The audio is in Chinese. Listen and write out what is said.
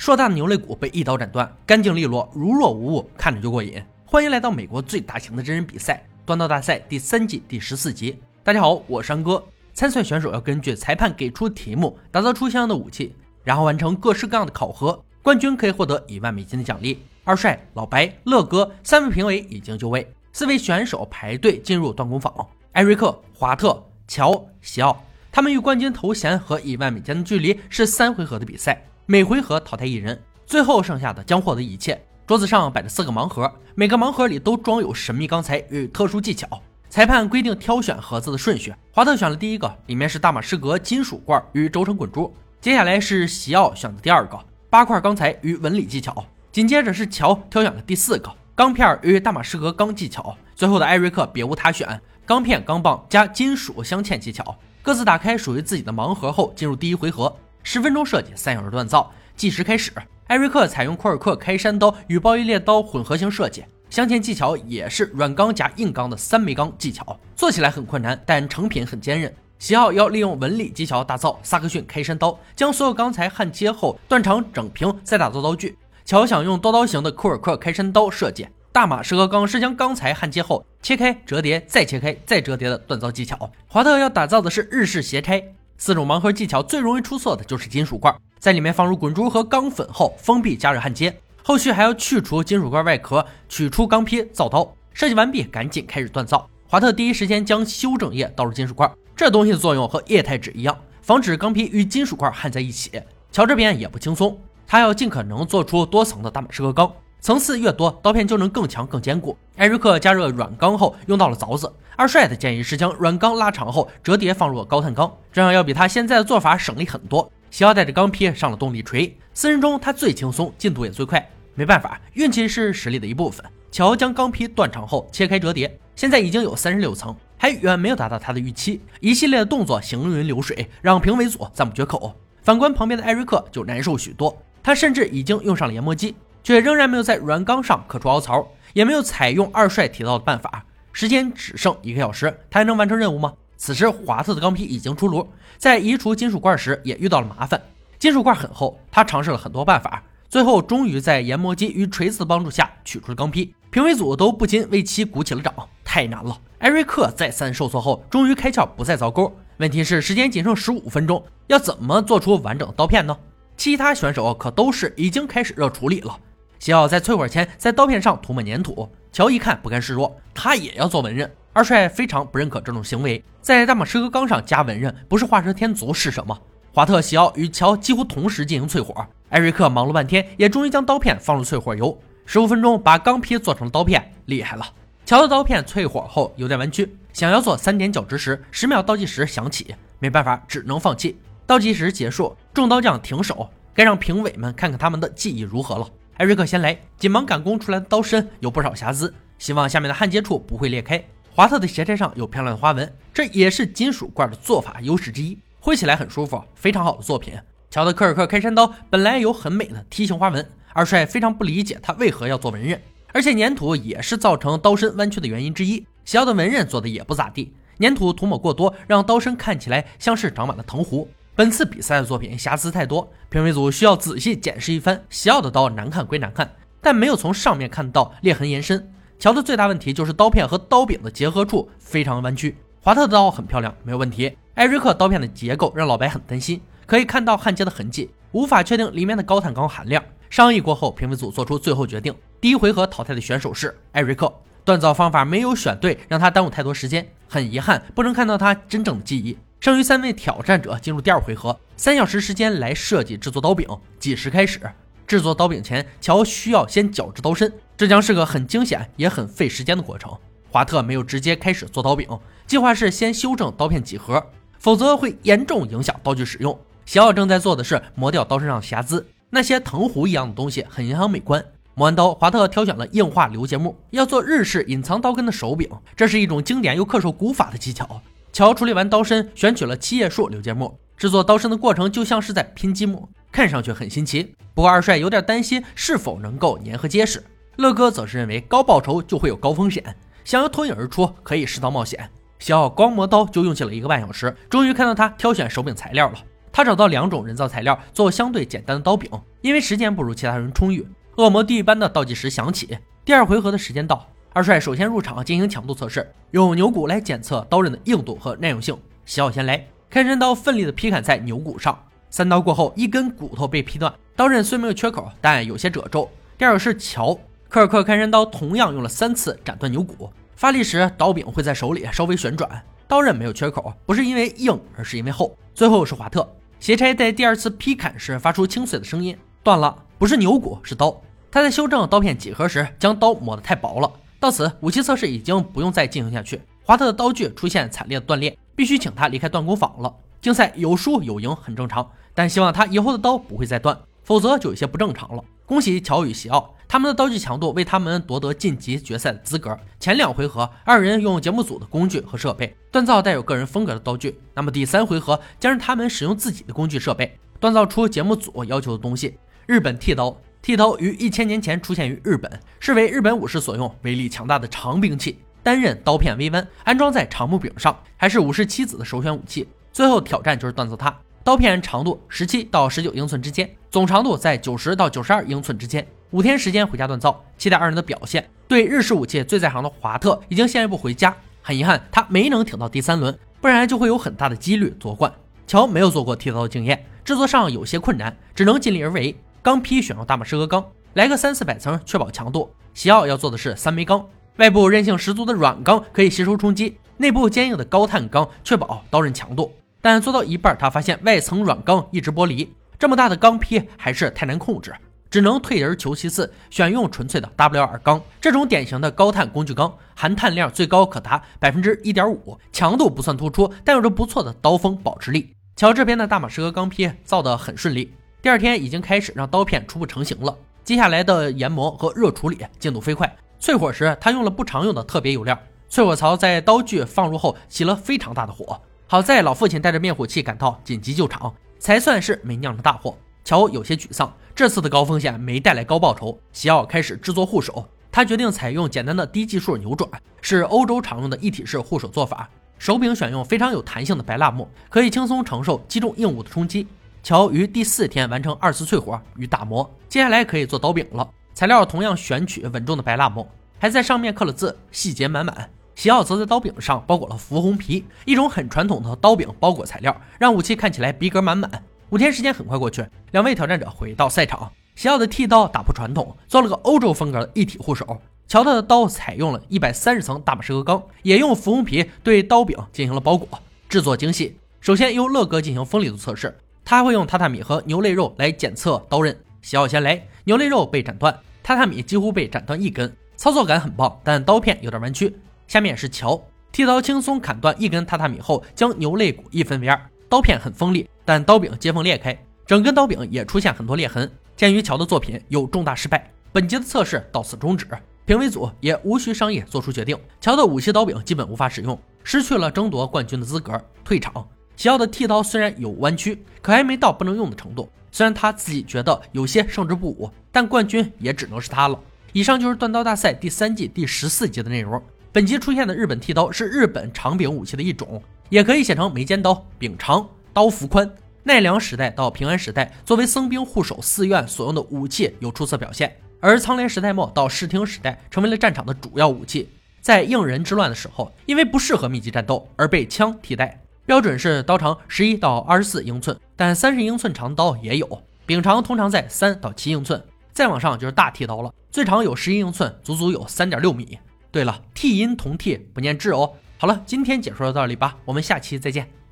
硕大的牛肋骨被一刀斩断，干净利落，如若无物，看着就过瘾。欢迎来到美国最大型的真人比赛——锻刀大赛第3季第14集。大家好，我是安哥。参赛选手要根据裁判给出的题目，打造出相应的武器，然后完成各式各样的考核。冠军可以获得1万美金的奖励。二帅、老白、乐哥3位评委已经就位，4位选手排队进入锻工坊。艾瑞克、华特、乔、西奥，他们与冠军头衔和1万美金的距离是3回合的比赛，每回合淘汰1人，最后剩下的将获得一切。桌子上摆着4个盲盒，每个盲盒里都装有神秘钢材与特殊技巧。裁判规定挑选盒子的顺序，华特选了第一个，里面是大马士革金属罐与轴承滚珠。接下来是西奥选的第2个，8块钢材与纹理技巧。紧接着是乔挑选了第4个，钢片与大马士革钢技巧。最后的艾瑞克别无他选，钢片、钢棒加金属镶嵌技巧。各自打开属于自己的盲盒后，进入第1回合。10分钟设计，3小时锻造，计时开始。艾瑞克采用库尔克开山刀与包伊猎刀混合型设计，镶嵌技巧也是软钢加硬钢的3枚钢技巧，做起来很困难，但成品很坚韧。西奥要利用纹理技巧打造萨克逊开山刀，将所有钢材焊接后断长整平，再打造刀具。乔想用多刀型的库尔克开山刀设计，大马士革钢是将钢材焊接后切开、折叠、再切开、再折叠的锻造技巧。华特要打造的是日式斜拆。4种盲盒技巧最容易出错的就是金属罐，在里面放入滚珠和钢粉后封闭加热焊接，后续还要去除金属罐外壳，取出钢坯造刀。设计完毕，赶紧开始锻造。华特第一时间将修整液倒入金属罐，这东西的作用和液态纸一样，防止钢坯与金属罐焊在一起。乔这边也不轻松，他要尽可能做出多层的大马士革钢，层次越多，刀片就能更强更坚固。艾瑞克加热软钢后用到了凿子，二帅的建议是将软钢拉长后折叠放入高碳钢，这样要比他现在的做法省力很多。西奥带着钢坯上了动力锤，4人中他最轻松，进度也最快。没办法，运气是实力的一部分。乔将钢坯断长后切开折叠，现在已经有36层，还远没有达到他的预期。一系列的动作行云流水，让评委组赞不绝口。反观旁边的艾瑞克就难受许多，他甚至已经用上了研磨机，却仍然没有在软钢上刻出凹槽，也没有采用二帅提到的办法。时间只剩1个小时，他还能完成任务吗？此时华特的钢坯已经出炉，在移除金属罐时也遇到了麻烦。金属罐很厚，他尝试了很多办法，最后终于在研磨机与锤子的帮助下取出了钢坯。评委组都不禁为其鼓起了掌，太难了。艾瑞克再三受挫后终于开窍，不再凿钩。问题是时间仅剩15分钟，要怎么做出完整的刀片呢？其他选手可都是已经开始热处理了。西奥在淬火前在刀片上涂抹粘土，乔一看不甘示弱，他也要做纹刃。二帅非常不认可这种行为，在大马士革钢上加纹刃不是画蛇添足是什么？华特、西奥与乔几乎同时进行淬火，艾瑞克忙了半天也终于将刀片放入淬火油，15分钟把钢坯做成了刀片，厉害了。乔的刀片淬火后有点弯曲，想要做3点角直时，10秒倒计时响起，没办法，只能放弃。倒计时结束，众刀匠停手，该让评委们看看他们的技艺如何了。艾瑞克先来，紧忙赶工出来的刀身有不少瑕疵，希望下面的焊接处不会裂开。华特的斜拆上有漂亮的花纹，这也是金属罐的做法优势之一，挥起来很舒服，非常好的作品。乔的科尔克开山刀本来有很美的梯形花纹，二帅非常不理解他为何要做纹刃，而且粘土也是造成刀身弯曲的原因之一。西奥的纹刃做的也不咋地，粘土涂抹过多，让刀身看起来像是长满了藤壶。本次比赛的作品瑕疵太多，评委组需要仔细检视一番。西奥的刀难看归难看，但没有从上面看到裂痕延伸。乔的最大问题就是刀片和刀柄的结合处非常弯曲。华特的刀很漂亮，没有问题。艾瑞克刀片的结构让老白很担心，可以看到焊接的痕迹，无法确定里面的高碳钢含量。商议过后，评委组做出最后决定，第1回合淘汰的选手是艾瑞克。锻造方法没有选对，让他耽误太多时间，很遗憾不能看到他真正的技艺。剩余3位挑战者进入第2回合，3小时时间来设计制作刀柄，计时开始。制作刀柄前，乔需要先绞制刀身，这将是个很惊险也很费时间的过程。华特没有直接开始做刀柄，计划是先修正刀片几何，否则会严重影响刀具使用。西奥正在做的是磨掉刀身上的瑕疵，那些藤壶一样的东西很影响美观。磨完刀，华特挑选了硬化流节木，要做日式隐藏刀根的手柄，这是一种经典又恪守古法的技巧。乔处理完刀身，选取了7叶树流节木，制作刀身的过程就像是在拼积木，看上去很新奇。不过二帅有点担心是否能够粘合结实。乐哥则是认为高报酬就会有高风险，想要脱颖而出可以适当冒险。西奥光磨刀就用起了1个半小时，终于看到他挑选手柄材料了。 他找到2种人造材料做相对简单的刀柄，因为时间不如其他人充裕，恶魔地狱般的倒计时响起。第2回合的时间到，二帅首先入场进行强度测试，用牛骨来检测刀刃的硬度和耐用性。喜好先来，开山刀奋力的劈砍在牛骨上，3刀过后，一根骨头被劈断，刀刃虽没有缺口，但有些褶皱。第2个是乔，科尔克开山刀同样用了3次斩断牛骨，发力时刀柄会在手里稍微旋转，刀刃没有缺口，不是因为硬，而是因为厚。最后是华特，斜拆在第2次劈砍时发出清脆的声音，断了，不是牛骨，是刀。他在修正刀片几何时将刀磨得太薄了。到此，武器测试已经不用再进行下去，华特的刀具出现惨烈的断裂，必须请他离开锻工坊了。竞赛有输有赢很正常，但希望他以后的刀不会再断，否则就有些不正常了。恭喜乔与西奥，他们的刀具强度为他们夺得晋级决赛的资格。前2回合2人用节目组的工具和设备锻造带有个人风格的刀具，那么第3回合将让他们使用自己的工具设备锻造出节目组要求的东西。日本剃刀，剃刀于1000年前出现于日本，是为日本武士所用，威力强大的长兵器，单刃刀片微弯，安装在长木柄上，还是武士妻子的首选武器。最后挑战就是锻造它，刀片长度17到19英寸之间，总长度在90到92英寸之间，5天时间回家锻造，期待2人的表现。对日式武器最在行的华特已经先一步回家，很遗憾他没能挺到第3轮，不然就会有很大的几率夺冠。乔没有做过剃刀的经验，制作上有些困难，只能尽力而为。钢坯选用大马士革钢，来个300-400层确保强度。西奥要做的是3枚钢，外部韧性十足的软钢可以吸收冲击，内部坚硬的高碳钢确保刀刃强度。但做到一半，他发现外层软钢一直剥离，这么大的钢坯还是太难控制，只能退而求其次，选用纯粹的 WR 钢。这种典型的高碳工具钢，含碳量最高可达 1.5%， 强度不算突出，但有着不错的刀锋保持力。乔这边的大马士革钢坯造得很顺利，第2天已经开始让刀片初步成型了，接下来的研磨和热处理进度飞快。淬火时他用了不常用的特别油料，淬火槽在刀具放入后起了非常大的火，好在老父亲带着灭火器赶到紧急救场，才算是没酿成大祸。乔有些沮丧，这次的高风险没带来高报酬。西奥开始制作护手，他决定采用简单的低技术扭转，是欧洲常用的一体式护手做法。手柄选用非常有弹性的白蜡木，可以轻松承受击中硬物的冲击。乔于第4天完成2次淬火与打磨，接下来可以做刀柄了。材料同样选取稳重的白蜡木，还在上面刻了字，细节满满。西奥则在刀柄上包裹了浮红皮，一种很传统的刀柄包裹材料，让武器看起来逼格满满。5天时间很快过去，2位挑战者回到赛场。西奥的剃刀打破传统，做了个欧洲风格的一体护手。乔特的刀采用了130层大马士革钢，也用浮红皮对刀柄进行了包裹，制作精细。首先由乐哥进行锋利度测试，他会用榻榻米和牛肋肉来检测刀刃。西奥先来，牛肋肉被斩断，榻榻米几乎被斩断1根，操作感很棒，但刀片有点弯曲。下面是乔，剃刀轻松砍断1根榻榻米后，将牛肋骨1分为2，刀片很锋利，但刀柄接缝裂开，整根刀柄也出现很多裂痕。鉴于乔的作品有重大失败，本节的测试到此终止，评委组也无需商议做出决定，乔的武器刀柄基本无法使用，失去了争夺冠军的资格，退场。西奥的剃刀虽然有弯曲，可还没到不能用的程度，虽然他自己觉得有些胜之不武，但冠军也只能是他了。以上就是锻刀大赛第3季第14集的内容。本集出现的日本剃刀是日本长柄武器的一种，也可以写成眉尖刀，柄长，刀幅宽。奈良时代到平安时代，作为僧兵护守寺院所用的武器有出色表现，而苍莲时代末到室町时代成为了战场的主要武器。在应仁之乱的时候，因为不适合密集战斗而被枪替代，标准是刀长11到24英寸，但30英寸长刀也有，柄长通常在3到7英寸，再往上就是大剃刀了，最长有11英寸，足足有3.6米。对了，剃音同剃不念制哦。好了，今天解说到这里吧，我们下期再见。